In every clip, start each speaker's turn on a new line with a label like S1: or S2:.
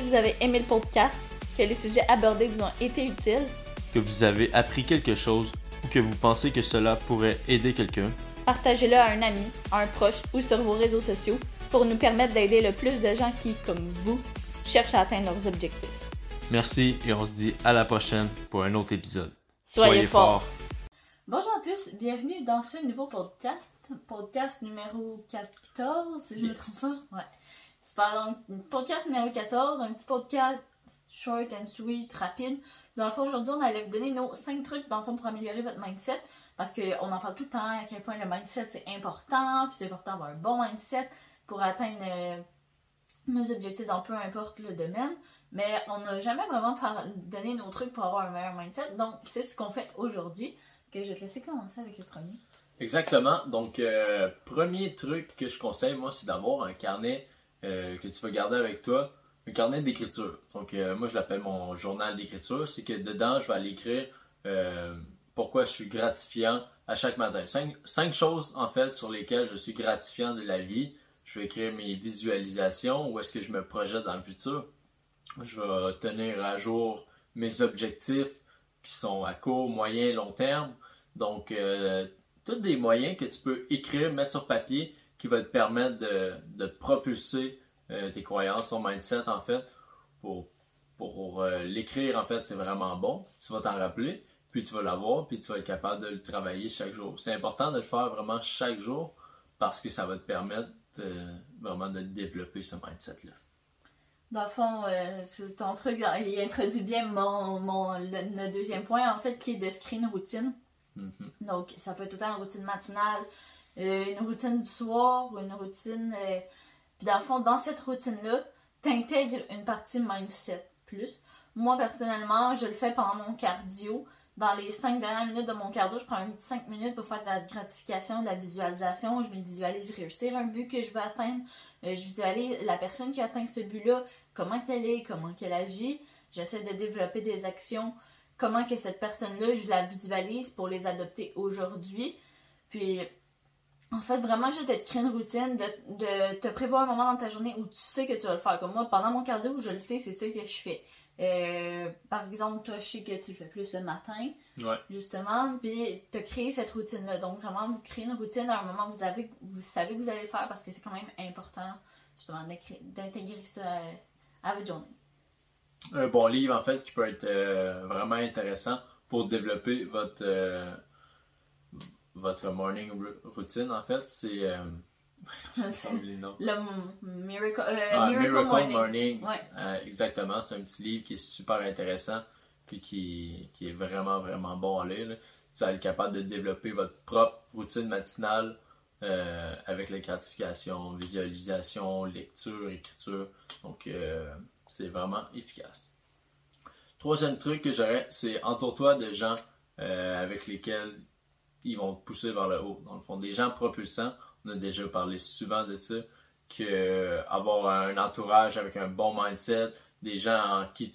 S1: vous avez aimé le podcast, que les sujets abordés vous ont été utiles,
S2: que vous avez appris quelque chose ou que vous pensez que cela pourrait aider quelqu'un,
S1: partagez-le à un ami, à un proche ou sur vos réseaux sociaux pour nous permettre d'aider le plus de gens qui, comme vous, cherchent à atteindre leurs objectifs.
S2: Merci et on se dit à la prochaine pour un autre épisode.
S1: Soyez forts! Bonjour à tous, bienvenue dans ce nouveau podcast numéro 14, si je ne me trompe pas. Ouais. Super, donc podcast numéro 14, un petit podcast short and sweet, rapide. Dans le fond, aujourd'hui, on allait vous donner nos 5 trucs dans le fond pour améliorer votre mindset, parce qu'on en parle tout le temps, à quel point le mindset c'est important, puis c'est important d'avoir un bon mindset pour atteindre nos objectifs dans peu importe le domaine, mais on n'a jamais vraiment donné nos trucs pour avoir un meilleur mindset, donc c'est ce qu'on fait aujourd'hui. Je vais te laisser commencer avec le premier.
S2: Exactement. Donc, premier truc que je conseille, moi, c'est d'avoir un carnet que tu vas garder avec toi, un carnet d'écriture. Donc, moi, je l'appelle mon journal d'écriture. C'est que dedans, je vais aller écrire pourquoi je suis gratifiant à chaque matin. 5 choses, en fait, sur lesquelles je suis gratifiant de la vie. Je vais écrire mes visualisations, où est-ce que je me projette dans le futur. Je vais tenir à jour mes objectifs qui sont à court, moyen, long terme. Donc, tous des moyens que tu peux écrire, mettre sur papier, qui va te permettre de propulser tes croyances, ton mindset, en fait. Pour l'écrire, en fait, c'est vraiment bon. Tu vas t'en rappeler, puis tu vas l'avoir, puis tu vas être capable de le travailler chaque jour. C'est important de le faire vraiment chaque jour parce que ça va te permettre vraiment de développer ce mindset-là.
S1: Dans le fond, c'est ton truc, il introduit bien le deuxième point, en fait, qui est de se créer une routine.
S2: Mm-hmm.
S1: Donc, ça peut être autant une routine matinale, une routine du soir, ou une routine... Puis dans le fond, dans cette routine-là, t'intègres une partie mindset plus. Moi, personnellement, je le fais pendant mon cardio. Dans les 5 dernières minutes de mon cardio, je prends un petit 5 minutes pour faire de la gratification, de la visualisation. Je me visualise réussir un but que je veux atteindre. Je visualise la personne qui atteint ce but-là, comment qu'elle est, comment qu'elle agit. J'essaie de développer des actions, comment que cette personne-là, je la visualise pour les adopter aujourd'hui. Puis, en fait, vraiment juste de te créer une routine, de te prévoir un moment dans ta journée où tu sais que tu vas le faire. Comme moi, pendant mon cardio, je le sais, c'est ça que je fais. Par exemple, toi, je sais que tu le fais plus le matin,
S2: ouais.
S1: Justement, puis tu as créé cette routine-là. Donc, vraiment, vous créez une routine à un moment où vous savez que vous allez le faire parce que c'est quand même important, justement, d'intégrer ça à votre journée.
S2: Un bon livre, en fait, qui peut être vraiment intéressant pour développer votre morning routine, en fait, c'est...
S1: le Miracle
S2: Morning.
S1: Ouais.
S2: Exactement, c'est un petit livre qui est super intéressant et qui est vraiment, vraiment bon à lire. Là. Tu vas être capable de développer votre propre routine matinale avec la gratification, visualisation, lecture, écriture. Donc, c'est vraiment efficace. Troisième truc que j'aurais, c'est entoure-toi de gens avec lesquels ils vont te pousser vers le haut. Dans le fond, des gens propulsants. On a déjà parlé souvent de ça, avoir un entourage avec un bon mindset, des gens en qui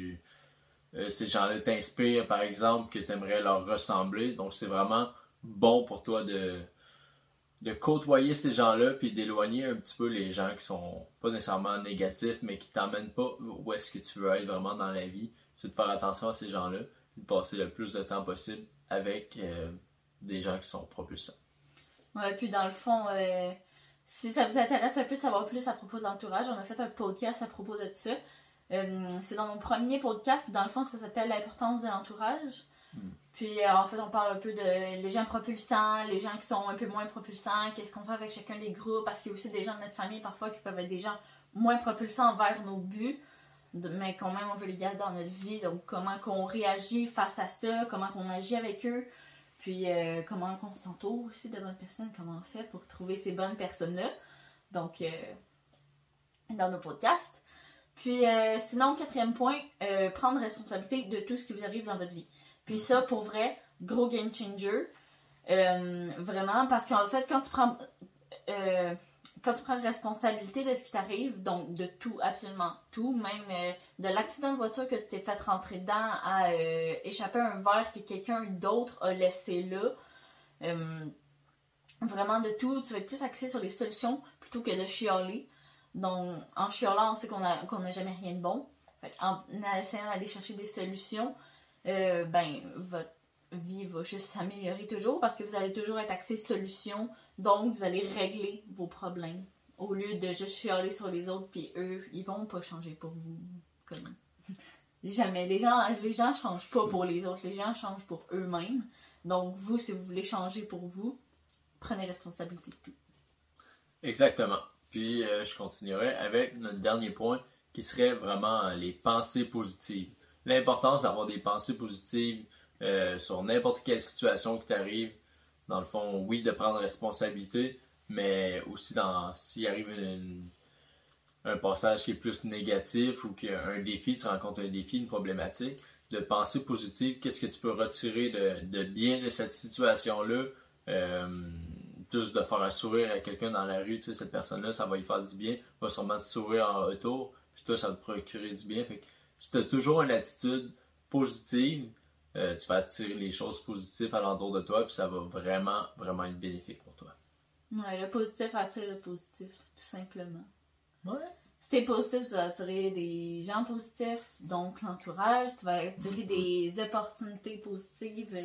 S2: ces gens-là t'inspirent, par exemple, que tu aimerais leur ressembler. Donc, c'est vraiment bon pour toi de côtoyer ces gens-là, puis d'éloigner un petit peu les gens qui sont pas nécessairement négatifs, mais qui t'emmènent pas où est-ce que tu veux être vraiment dans la vie. C'est de faire attention à ces gens-là, et de passer le plus de temps possible avec des gens qui sont propulsants.
S1: Ouais, puis dans le fond, si ça vous intéresse un peu de savoir plus à propos de l'entourage, on a fait un podcast à propos de ça. C'est dans mon premier podcast, puis dans le fond, ça s'appelle l'importance de l'entourage. Puis en fait, on parle un peu de les gens propulsants, les gens qui sont un peu moins propulsants, qu'est-ce qu'on fait avec chacun des groupes, parce qu'il y a aussi des gens de notre famille parfois qui peuvent être des gens moins propulsants vers nos buts, mais quand même on veut les garder dans notre vie, donc comment qu'on réagit face à ça, comment qu'on agit avec eux. Puis, comment on s'entoure aussi de bonnes personnes, comment on fait pour trouver ces bonnes personnes-là. Donc, dans nos podcasts. Puis, sinon, quatrième point, prendre responsabilité de tout ce qui vous arrive dans votre vie. Puis ça, pour vrai, gros game changer. Vraiment, parce qu'en fait, quand tu prends responsabilité de ce qui t'arrive, donc de tout, absolument tout, même de l'accident de voiture que tu t'es fait rentrer dedans, à échapper un verre que quelqu'un d'autre a laissé là, vraiment de tout, tu vas être plus axé sur les solutions plutôt que de chialer. Donc, en chialant, on sait qu'on n'a jamais rien de bon. Fait en essayant d'aller chercher des solutions, votre vie va juste s'améliorer toujours parce que vous allez toujours être axé solution. Donc, vous allez régler vos problèmes au lieu de juste chialer sur les autres, puis eux, ils vont pas changer pour vous. Comme... Jamais. Les gens changent pas pour les autres, les gens changent pour eux-mêmes. Donc, vous, si vous voulez changer pour vous, prenez responsabilité de tout.
S2: Exactement. Puis, je continuerai avec notre dernier point qui serait vraiment les pensées positives. L'importance d'avoir des pensées positives sur n'importe quelle situation qui t'arrive. Dans le fond, oui, de prendre responsabilité, mais aussi s'il arrive un passage qui est plus négatif ou qu'un défi, tu rencontres un défi, une problématique, de pensée positive, qu'est-ce que tu peux retirer de bien de cette situation-là? Juste de faire un sourire à quelqu'un dans la rue, tu sais, cette personne-là, ça va lui faire du bien, va sûrement te sourire en retour, puis toi, ça va te procurer du bien. Fait que si tu as toujours une attitude positive, tu vas attirer les choses positives alentour de toi, puis ça va vraiment, vraiment être bénéfique pour toi.
S1: Ouais, le positif attire le positif, tout simplement.
S2: Ouais.
S1: Si t'es positif, tu vas attirer des gens positifs, donc l'entourage, tu vas attirer des opportunités positives,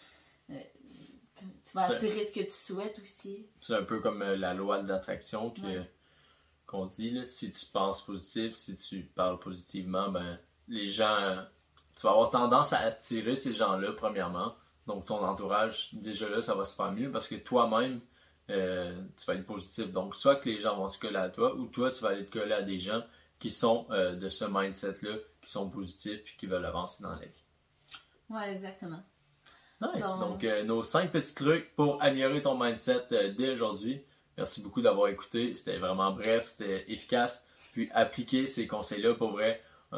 S1: tu vas attirer ce que tu souhaites aussi. C'est
S2: un peu comme la loi de l'attraction qu'on dit, là, si tu penses positif, si tu parles positivement, ben les gens, tu vas avoir tendance à attirer ces gens-là, premièrement. Donc ton entourage, déjà là, ça va se faire mieux parce que toi-même, tu vas être positif. Donc, soit que les gens vont se coller à toi, ou toi, tu vas aller te coller à des gens qui sont de ce mindset-là, qui sont positifs et qui veulent avancer dans la vie.
S1: Ouais, exactement.
S2: Nice. Donc nos 5 petits trucs pour améliorer ton mindset dès aujourd'hui. Merci beaucoup d'avoir écouté. C'était vraiment bref, c'était efficace. Puis, appliquer ces conseils-là, pour vrai,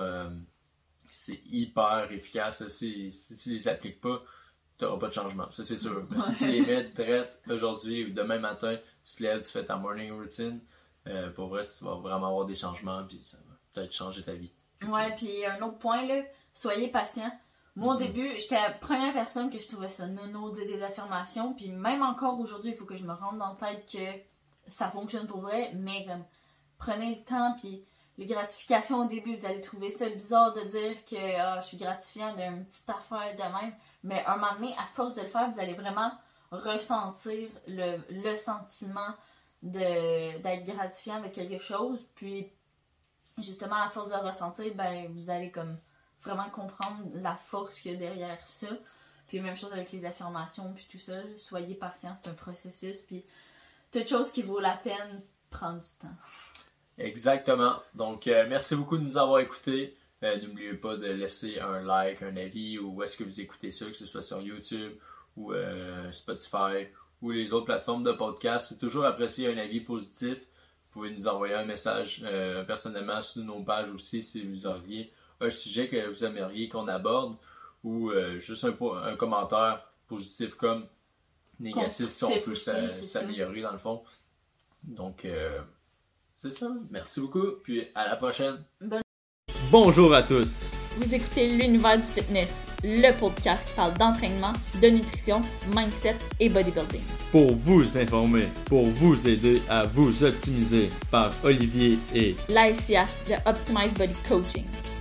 S2: c'est hyper efficace. Si tu les appliques pas, tu n'auras pas de changement, ça c'est sûr. Mais si tu les mets direct aujourd'hui ou demain matin, tu te lèves, tu fais ta morning routine, pour vrai, tu vas vraiment avoir des changements, puis ça va peut-être changer ta vie.
S1: Ouais, puis un autre point, là, soyez patient. Moi, au début, j'étais la première personne que je trouvais ça nono de des affirmations, puis même encore aujourd'hui, il faut que je me rende dans la tête que ça fonctionne pour vrai, mais comme, prenez le temps, puis les gratifications au début, vous allez trouver ça bizarre de dire que je suis gratifiant d'une petite affaire de même. Mais un moment donné, à force de le faire, vous allez vraiment ressentir le sentiment d'être gratifiant de quelque chose. Puis, justement, à force de le ressentir, ben, vous allez comme vraiment comprendre la force qu'il y a derrière ça. Puis, même chose avec les affirmations, puis tout ça. Soyez patient, c'est un processus. Puis, toute chose qui vaut la peine prend du temps.
S2: Exactement. Donc, merci beaucoup de nous avoir écoutés. N'oubliez pas de laisser un like, un avis, ou où est-ce que vous écoutez ça, que ce soit sur YouTube ou Spotify ou les autres plateformes de podcast. C'est toujours apprécié un avis positif. Vous pouvez nous envoyer un message personnellement sur nos pages aussi si vous auriez un sujet que vous aimeriez qu'on aborde ou juste un commentaire positif comme négatif si on peut s'améliorer dans le fond. Donc, c'est ça. Merci beaucoup. Puis à la prochaine.
S3: Bonjour à tous.
S1: Vous écoutez l'Univers du Fitness, le podcast qui parle d'entraînement, de nutrition, mindset et bodybuilding.
S3: Pour vous informer, pour vous aider à vous optimiser par Olivier et
S1: l'ASIA de Optimize Body Coaching.